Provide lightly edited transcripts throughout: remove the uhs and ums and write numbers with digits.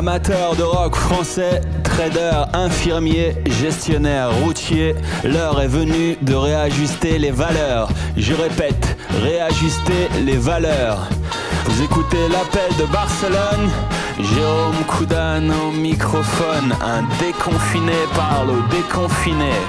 Amateurs de rock français, traders, infirmiers, gestionnaires, routiers, l'heure est venue de réajuster les valeurs. Je répète, réajuster les valeurs. Vous écoutez l'appel de Barcelone, Jérôme Coudane au microphone. Un déconfiné parle aux déconfinés.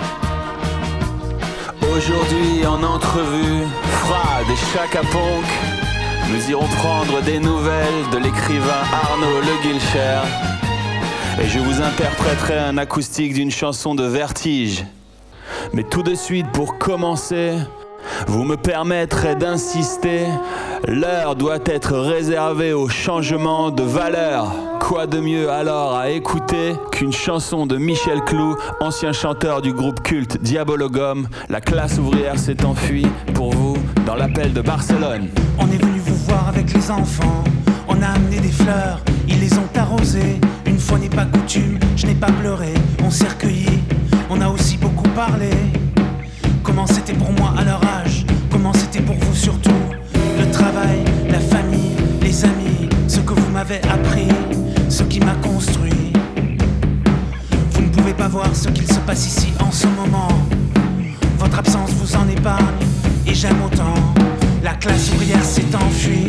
Aujourd'hui en entrevue, Frad et Chaka Ponk, nous irons prendre des nouvelles de l'écrivain Arnaud Le Guilcher. Et je vous interpréterai un acoustique d'une chanson de Vertige. Mais tout de suite, pour commencer, vous me permettrez d'insister, l'heure doit être réservée au changement de valeur. Quoi de mieux alors à écouter qu'une chanson de Michel Clou, ancien chanteur du groupe culte Diabologum. La classe ouvrière s'est enfuie pour vous dans l'appel de Barcelone. On est venu vous voir avec les enfants, on a amené des fleurs, ils les ont arrosées. Une fois n'est pas coutume, je n'ai pas pleuré, on s'est recueillis, on a aussi beaucoup parlé. Comment c'était pour moi à leur âge, comment c'était pour vous surtout. Le travail, la famille, les amis, ce que vous m'avez appris, ce qui m'a construit. Vous ne pouvez pas voir ce qu'il se passe ici en ce moment. Votre absence vous en épargne, et j'aime autant. La classe ouvrière s'est enfuie.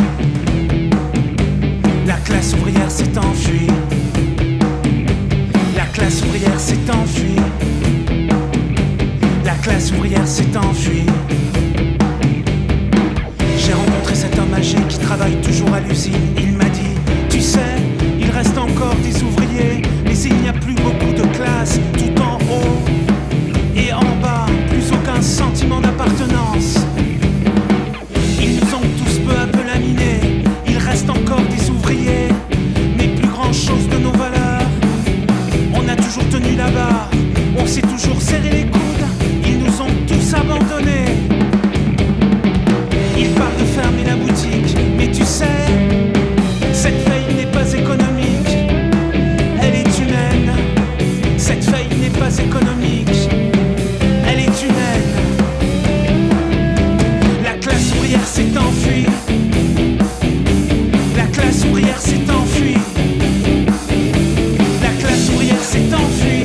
La classe ouvrière s'est enfuie. La classe ouvrière s'est enfuie. La classe ouvrière s'est enfuie. J'ai rencontré cet homme âgé qui travaille toujours à l'usine. Il m'a dit, tu sais, il reste encore des ouvriers, mais il n'y a plus beaucoup de classes, tout en haut et en bas, plus aucun sentiment d'appartenance. Ils nous ont tous peu à peu laminés. Il reste encore des ouvriers, mais plus grand chose de nos valeurs. On a toujours tenu la barre, on s'est toujours serré les coudes. Ils nous ont tous abandonnés. Ils parlent de fermer la boutique, mais tu sais, cette faillite n'est pas économique, elle est humaine. Cette faillite n'est pas économique, elle est humaine. La classe ouvrière s'est enfuie. La classe ouvrière s'est enfuie. La classe ouvrière s'est enfuie.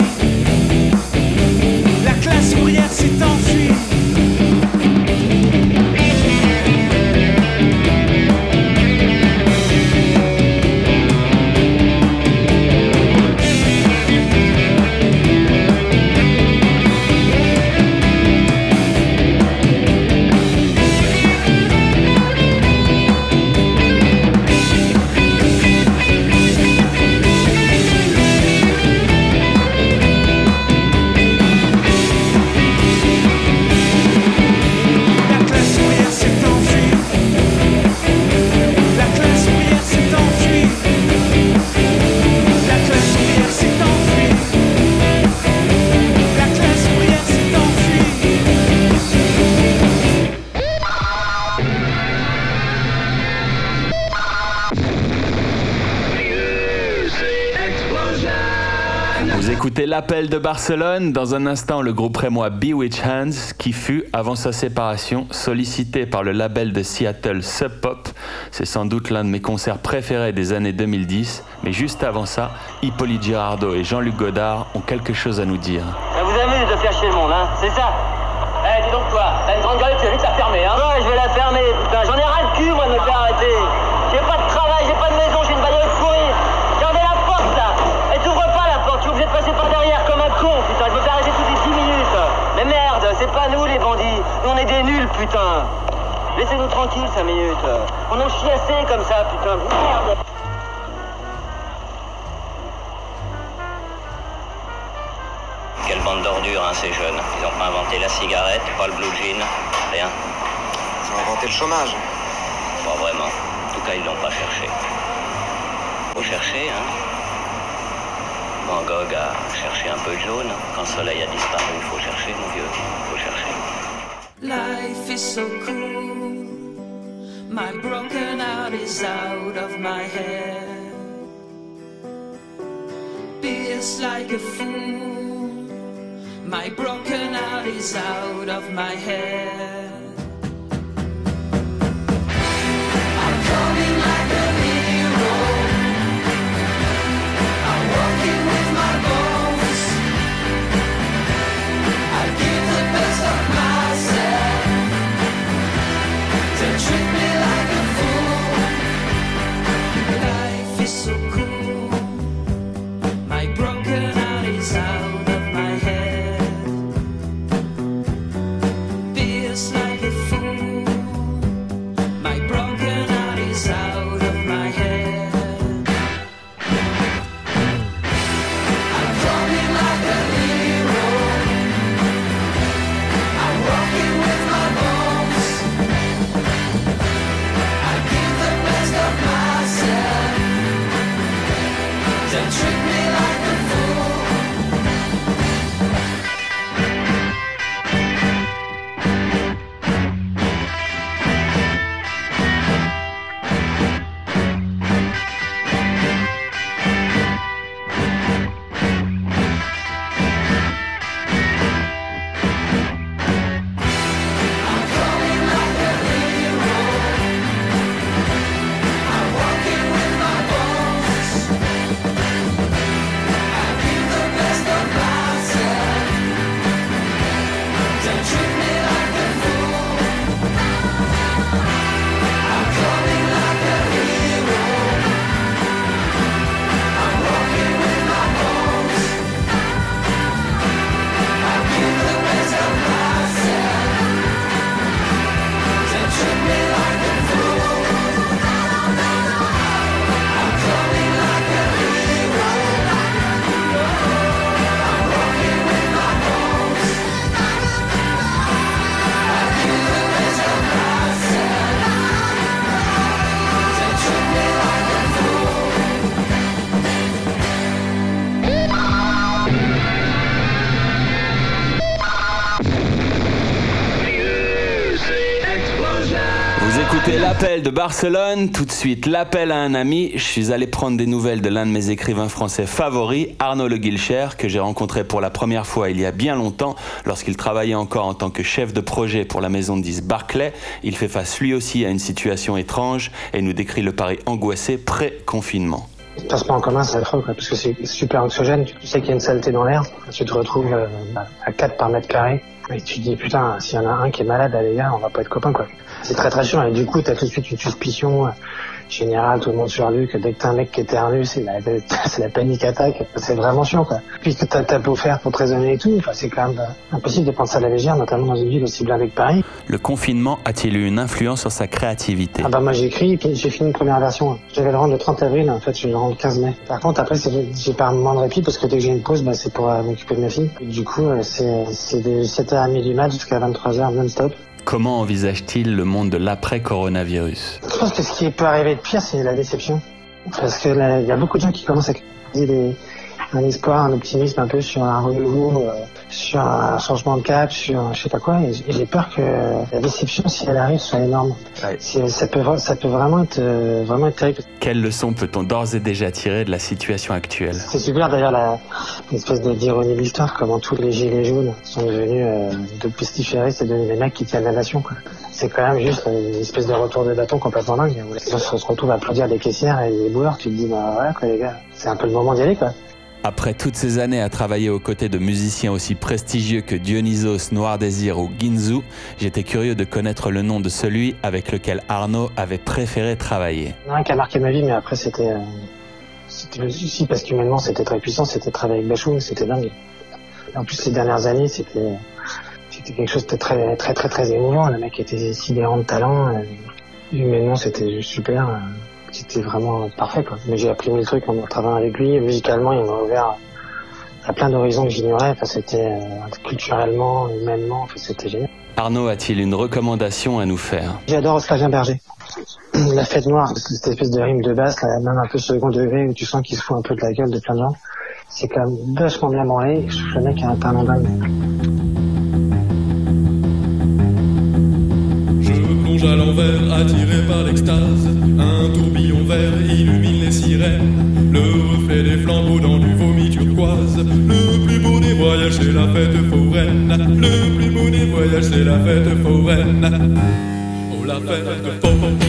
La classe ouvrière s'est enfuie. Écoutez l'appel de Barcelone. Dans un instant, le groupe rémois Bewitched Hands, qui fut, avant sa séparation, sollicité par le label de Seattle Sub Pop. C'est sans doute l'un de mes concerts préférés des années 2010. Mais juste avant ça, Hippolyte Girardot et Jean-Luc Godard ont quelque chose à nous dire. Ça vous amuse de faire chier le monde, hein, c'est ça? Eh, dis donc toi, t'as une grande gueule, tu as vite la fermer, hein? Ouais, je vais la fermer, putain, j'en ai ras le cul, moi, de me faire arrêter. J'ai pas de travail, j'ai pas de maison, j'ai une bagnole pourrie. Regardez la porte, là. Elle t'ouvre pas, la porte, tu es obligé de passer par derrière comme un con, putain, je me fais arrêter toutes les 10 minutes. Mais merde, c'est pas nous, les bandits. Nous, on est des nuls, putain. Laissez-nous tranquilles 5 minutes. On en chie assez comme ça, putain, merde. Quelle bande d'ordures, hein, ces jeunes. Ils ont pas inventé la cigarette, pas le blue jean, rien. Ils ont inventé le chômage. Pas vraiment. En tout cas, ils l'ont pas cherché. Faut chercher, hein. Van Gogh a cherché un peu de jaune. Quand le soleil a disparu, il faut chercher, mon vieux. Il faut chercher. Life is so cruel. My broken heart is out of my head. Pierced like a fool. My broken heart is out of my head. I'm coming like a hero. écouté l'appel de Barcelone, tout de suite l'appel à un ami. Je suis allé prendre des nouvelles de l'un de mes écrivains français favoris, Arnaud Le Guilcher, que j'ai rencontré pour la première fois il y a bien longtemps, lorsqu'il travaillait encore en tant que chef de projet pour la maison de disques Barclay. Il fait face lui aussi à une situation étrange et nous décrit le Paris angoissé pré-confinement. Le transport en commun, c'est affreux, parce que c'est super anxiogène. Tu sais qu'il y a une saleté dans l'air. Tu te retrouves à 4 par mètre carré. Et tu te dis, putain, s'il y en a un qui est malade, les gars, on va pas être copains, quoi. C'est très très chiant. Et du coup, t'as tout de suite une suspicion générale, tout le monde sur lui, que dès que t'as un mec qui éternue, c'est la panique attaque. C'est vraiment chiant, quoi. Puisque t'as beau faire pour te raisonner et tout, enfin, c'est quand même impossible de prendre ça à la légère, notamment dans une ville aussi blindée que Paris. Le confinement a-t-il eu une influence sur sa créativité ? Ah bah moi j'écris et puis j'ai fini une première version. Je devais le rendre le 30 avril, en fait je vais le rendre le 15 mai. Par contre après j'ai pas un moment de répit parce que dès que j'ai une pause, c'est pour m'occuper de ma fille. Et du coup c'est de 7h30 du mat jusqu'à 23h non-stop. Comment envisage-t-il le monde de l'après-coronavirus ? Je pense que ce qui peut arriver de pire, c'est la déception. Parce que il y a beaucoup de gens qui commencent à créer un espoir, un optimisme un peu sur un renouveau, sur un changement de cap, sur je sais pas quoi. Et j'ai peur que la déception, si elle arrive, soit énorme. Ouais. Ça peut vraiment être terrible. Quelles leçons peut-on d'ores et déjà tirer de la situation actuelle ? C'est super d'ailleurs l'espèce d'ironie de l'histoire, comment tous les gilets jaunes sont devenus de pestiférés, c'est devenu des mecs qui tiennent la nation, quoi. C'est quand même juste une espèce de retour de bâton complètement dingue. Les gens se retrouvent à applaudir des caissières et des boueurs. Tu te dis, bah ouais, quoi, les gars, c'est un peu le moment d'y aller, quoi. Après toutes ces années à travailler aux côtés de musiciens aussi prestigieux que Dionysos, Noir Désir ou Ginzu, j'étais curieux de connaître le nom de celui avec lequel Arnaud avait préféré travailler. Il y en a un qui a marqué ma vie, mais après c'était le souci parce qu'humainement c'était très puissant, c'était travailler avec Bachung, c'était dingue. Et en plus ces dernières années c'était quelque chose de très très très très émouvant. Le mec était sidérant de talent, humainement c'était juste super. C'était vraiment parfait, quoi. Mais j'ai appris 1000 trucs en travaillant avec lui. Musicalement, il m'a ouvert à plein d'horizons que j'ignorais. Enfin, c'était culturellement, humainement, enfin, c'était génial. Arnaud a-t-il une recommandation à nous faire ? J'adore Flavien Berger. La fête noire, cette espèce de rime de basse, là, même un peu second degré, où tu sens qu'il se fout un peu de la gueule de plein de gens. C'est quand même vachement bien branlé. Le mec a un talent dingue. À l'envers, attiré par l'extase, un tourbillon vert illumine les sirènes, le reflet des flambeaux dans du vomi turquoise. Le plus beau des voyages c'est la fête foraine, le plus beau des voyages c'est la fête foraine. Oh la fête foraine.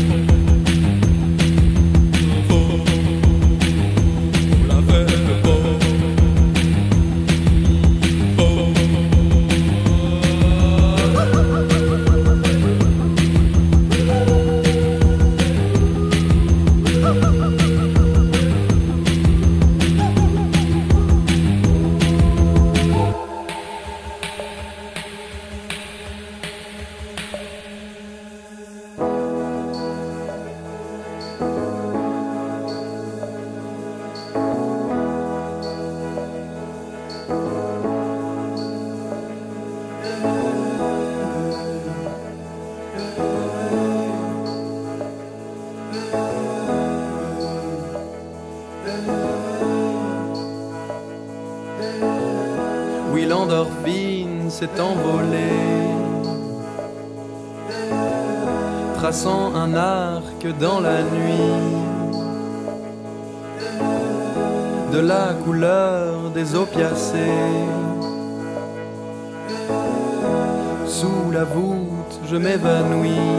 Oui, l'endorphine s'est envolée, traçant un arc dans la nuit, de la couleur des opiacés. Sous la voûte, je m'évanouis,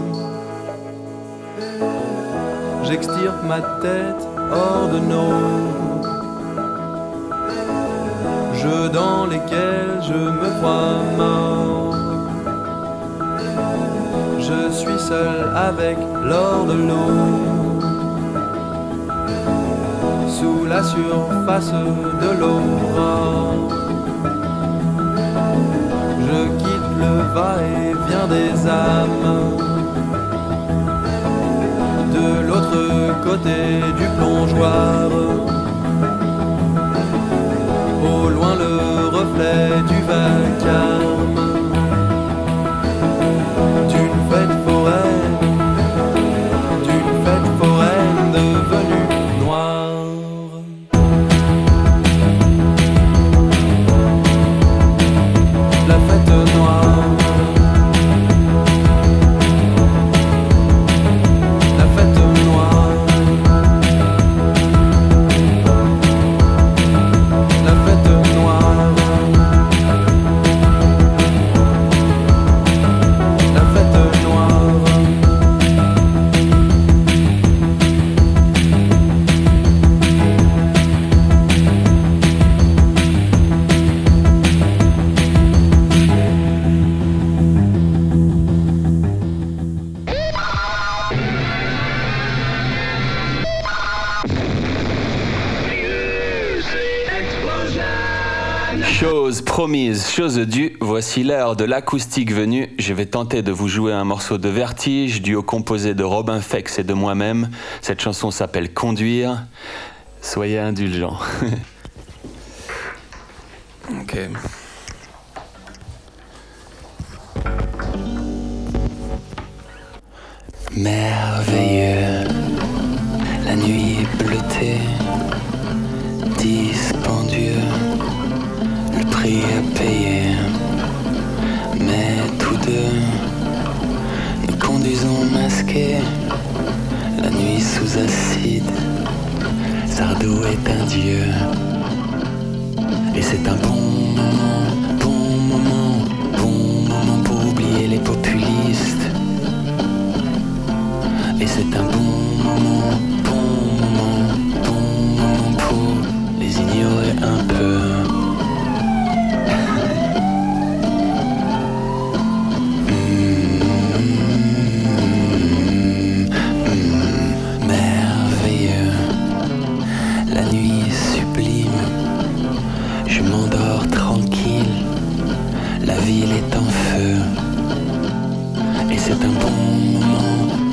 j'extirpe ma tête hors de nos jeux dans lesquels je me crois mort. Je suis seul avec l'or de l'eau, sous la surface de l'aurore. Je quitte le va-et-vient des âmes, de l'autre côté du plongeoir. Au loin le reflet du vacarme d'une fête foraine devenue noire. La fête noire. promise, chose due, voici l'heure de l'acoustique venue. Je vais tenter de vous jouer un morceau de Vertige, duo composé de Robin Fex et de moi-même. Cette chanson s'appelle Conduire. Soyez indulgents. Ok. Merveilleux, la nuit bleutée, dispendieux, le prix à payer. Mais tous deux, nous conduisons masqués, la nuit sous acide, Sardou est un dieu. Et c'est un bon moment pour oublier les populistes. Et c'est un bon moment pour les ignorer un peu. Merveilleux, la nuit est sublime. Je m'endors tranquille, la ville est en feu. Et c'est un bon moment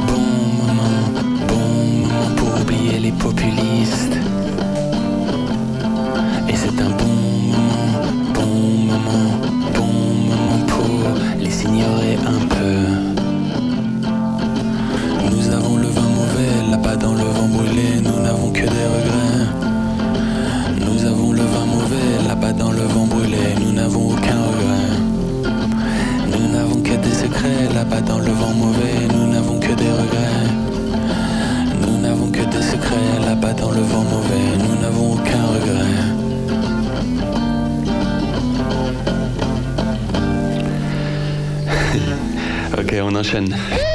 pour oublier les populistes. Et c'est un bon moment pour les ignorer un peu. Nous avons le vin mauvais, là-bas dans le vent brûlé, nous n'avons que des regrets. Nous avons le vin mauvais, là-bas dans le vent brûlé, nous n'avons aucun regret. Nous n'avons que des secrets, là-bas dans le vent mauvais, nous n'avons que des regrets. Nous n'avons que des secrets, là-bas dans le vent mauvais, nous n'avons aucun regret. Ok, on enchaîne.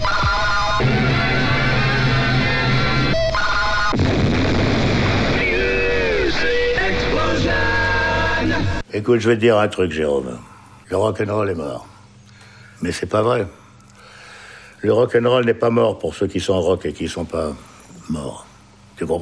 Écoute, je vais te dire un truc, Jérôme. Le rock'n'roll est mort. Mais c'est pas vrai. Le rock'n'roll n'est pas mort pour ceux qui sont rock et qui sont pas morts. Tu comprends ?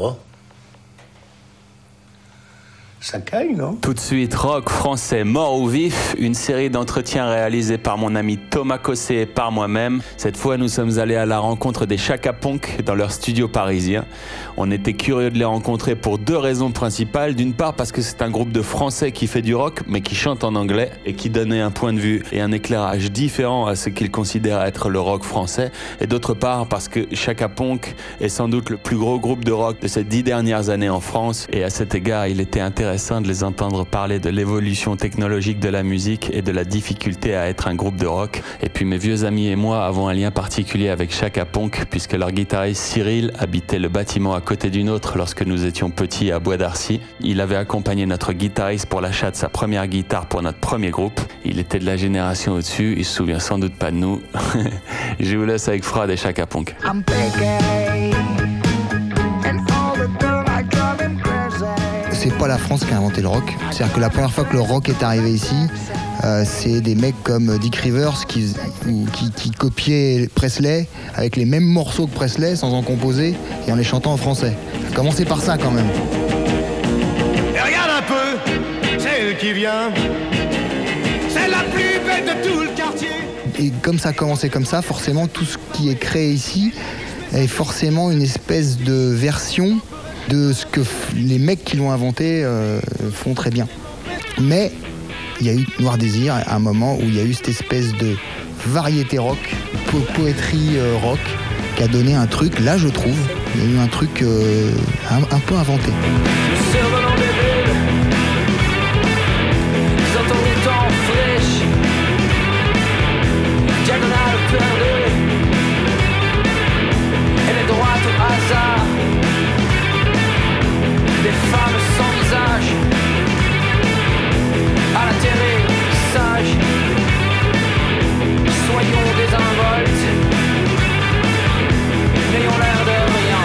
Ça caille, non ? Tout de suite, rock français mort ou vif, une série d'entretiens réalisés par mon ami Thomas Cossé et par moi-même. Cette fois, nous sommes allés à la rencontre des Chaka Ponk dans leur studio parisien. On était curieux de les rencontrer pour deux raisons principales. D'une part, parce que c'est un groupe de Français qui fait du rock, mais qui chante en anglais et qui donnait un point de vue et un éclairage différent à ce qu'ils considèrent être le rock français. Et d'autre part, parce que Chaka Ponk est sans doute le plus gros groupe de rock de ces 10 dernières années en France. Et à cet égard, il était intéressant de les entendre parler de l'évolution technologique de la musique et de la difficulté à être un groupe de rock. Et puis mes vieux amis et moi avons un lien particulier avec Chaka Ponk puisque leur guitariste Cyril habitait le bâtiment à côté du nôtre lorsque nous étions petits à Bois d'Arcy. Il avait accompagné notre guitariste pour l'achat de sa première guitare pour notre premier groupe. Il était de la génération au-dessus, il se souvient sans doute pas de nous. Je vous laisse avec Fred et Chaka Ponk. C'est pas la France qui a inventé le rock. C'est-à-dire que la première fois que le rock est arrivé ici, c'est des mecs comme Dick Rivers qui copiaient Presley avec les mêmes morceaux que Presley sans en composer et en les chantant en français. Ça a commencé par ça quand même. Et regarde un peu, c'est elle qui vient. C'est la plus belle de tout le quartier. Et comme ça a commencé comme ça, forcément tout ce qui est créé ici est forcément une espèce de version de ce que les mecs qui l'ont inventé font très bien. Mais il y a eu Noir Désir à un moment où il y a eu cette espèce de variété rock, poétrie rock, qui a donné un truc, là je trouve, il y a eu un truc un peu inventé. Des femmes sans visage, à la télé, sages, soyons désinvoltes, n'ayons l'air de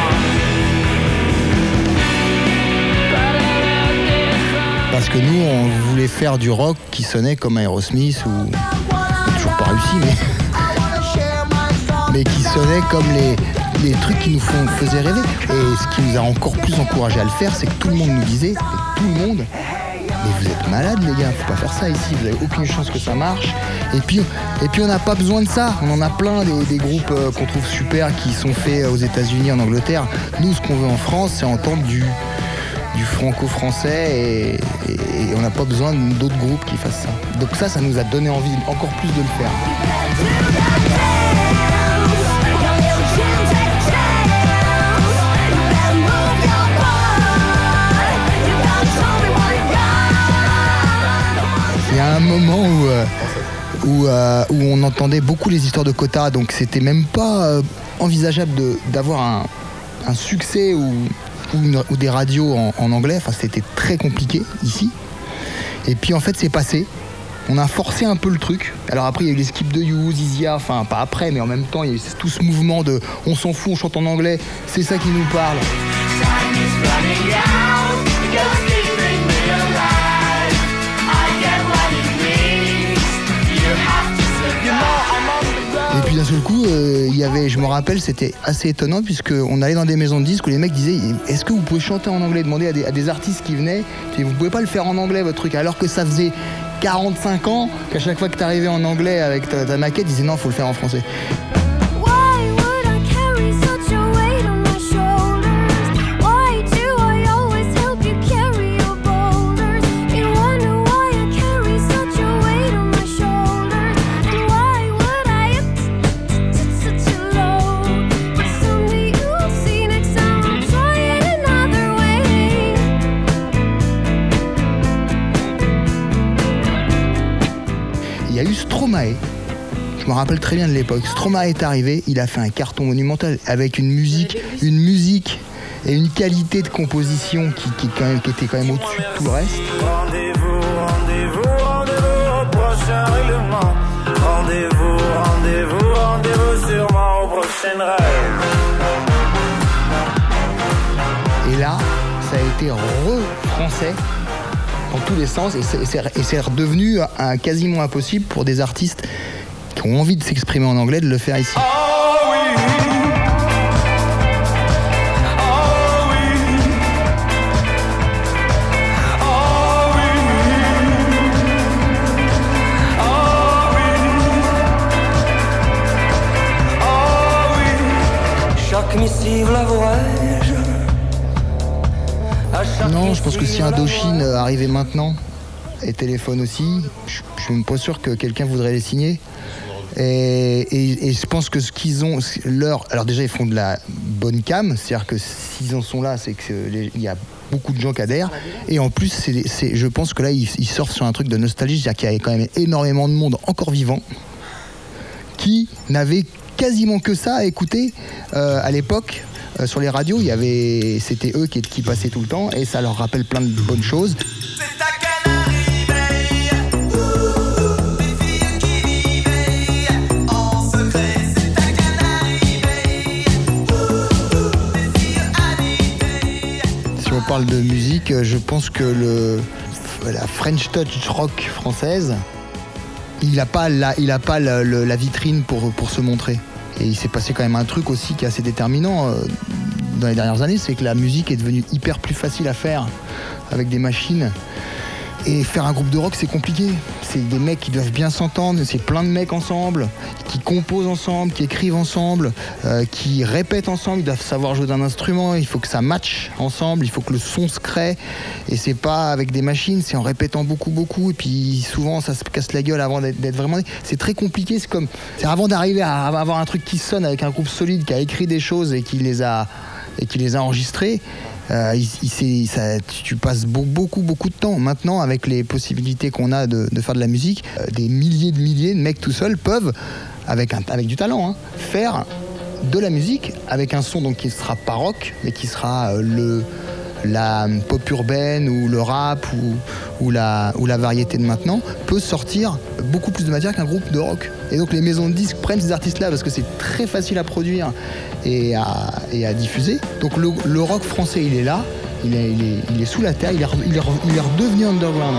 rien. Parce que nous, on voulait faire du rock qui sonnait comme Aerosmith ou... On n'a toujours pas réussi, mais qui sonnait comme les trucs qui nous faisaient rêver. Et ce qui nous a encore plus encouragé à le faire, c'est que tout le monde nous disait, tout le monde, mais vous êtes malades les gars, faut pas faire ça ici, vous avez aucune chance que ça marche. Et puis on n'a pas besoin de ça, on en a plein des groupes qu'on trouve super qui sont faits aux États-Unis, en Angleterre. Nous, ce qu'on veut en France, c'est entendre du franco-français et on n'a pas besoin d'autres groupes qui fassent ça. Donc ça nous a donné envie encore plus de le faire. Il y a un moment où on entendait beaucoup les histoires de quotas, donc c'était même pas envisageable d'avoir un succès ou des radios en anglais. Enfin, c'était très compliqué ici. Et puis en fait, c'est passé. On a forcé un peu le truc. Alors après, il y a eu les skips de You, Zizia, enfin pas après, mais en même temps, il y a eu tout ce mouvement de on s'en fout, on chante en anglais, c'est ça qui nous parle. Et puis d'un seul coup, je me rappelle, c'était assez étonnant puisqu'on allait dans des maisons de disques où les mecs disaient est-ce que vous pouvez chanter en anglais, demander à des artistes qui venaient, vous pouvez pas le faire en anglais votre truc, alors que ça faisait 45 ans qu'à chaque fois que t'arrivais en anglais avec ta maquette, ils disaient non, faut le faire en français. Il y a eu Stromae, je me rappelle très bien de l'époque. Stromae est arrivé, il a fait un carton monumental avec une musique et une qualité de composition qui était quand même au-dessus de tout le reste. Rendez-vous au prochain règlement. Rendez-vous sûrement au prochain rêve. Et là, ça a été re-français dans tous les sens, et c'est redevenu quasiment impossible pour des artistes qui ont envie de s'exprimer en anglais de le faire ici. Chaque missive la vois-je. Non, je pense que si Indochine arrivait maintenant et Téléphone aussi, je suis même pas sûr que quelqu'un voudrait les signer. Et je pense que ce qu'ils ont, alors déjà ils font de la bonne cam, c'est-à-dire que s'ils en sont là, c'est qu'il y a beaucoup de gens qui adhèrent. Et en plus, je pense que là ils surfent sur un truc de nostalgie, c'est-à-dire qu'il y avait quand même énormément de monde encore vivant qui n'avait quasiment que ça à écouter à l'époque. Sur les radios, c'était eux qui passaient tout le temps et ça leur rappelle plein de bonnes choses. Si on parle de musique, je pense que la French Touch rock française, il n'a pas la vitrine pour se montrer. Et il s'est passé quand même un truc aussi qui est assez déterminant dans les dernières années, c'est que la musique est devenue hyper plus facile à faire avec des machines. Et faire un groupe de rock, c'est compliqué. C'est des mecs qui doivent bien s'entendre, c'est plein de mecs ensemble, qui composent ensemble, qui écrivent ensemble, qui répètent ensemble, ils doivent savoir jouer d'un instrument, il faut que ça matche ensemble, il faut que le son se crée. Et c'est pas avec des machines, c'est en répétant beaucoup, et puis souvent ça se casse la gueule avant d'être vraiment... C'est très compliqué, c'est avant d'arriver à avoir un truc qui sonne avec un groupe solide, qui a écrit des choses et qui les a enregistrées. Tu passes beaucoup de temps. Maintenant, avec les possibilités qu'on a de faire de la musique, des milliers de mecs tout seuls peuvent, avec du talent, faire de la musique avec un son donc qui sera pas rock, mais qui sera la pop urbaine ou le rap ou la variété de maintenant, peut sortir beaucoup plus de matière qu'un groupe de rock. Et donc les maisons de disques prennent ces artistes-là parce que c'est très facile à produire et à diffuser. Donc le rock français, il est là, il est sous la terre, il est redevenu underground.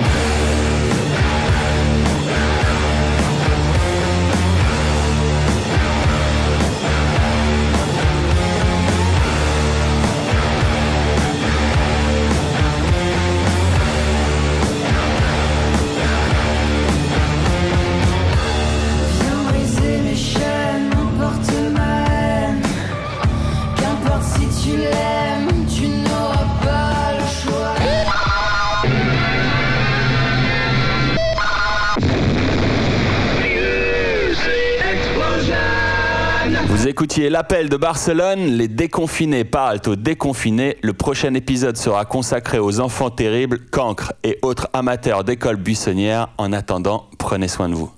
Vous écoutiez l'appel de Barcelone, les déconfinés parlent aux déconfinés. Le prochain épisode sera consacré aux enfants terribles, cancres et autres amateurs d'écoles buissonnières. En attendant, prenez soin de vous.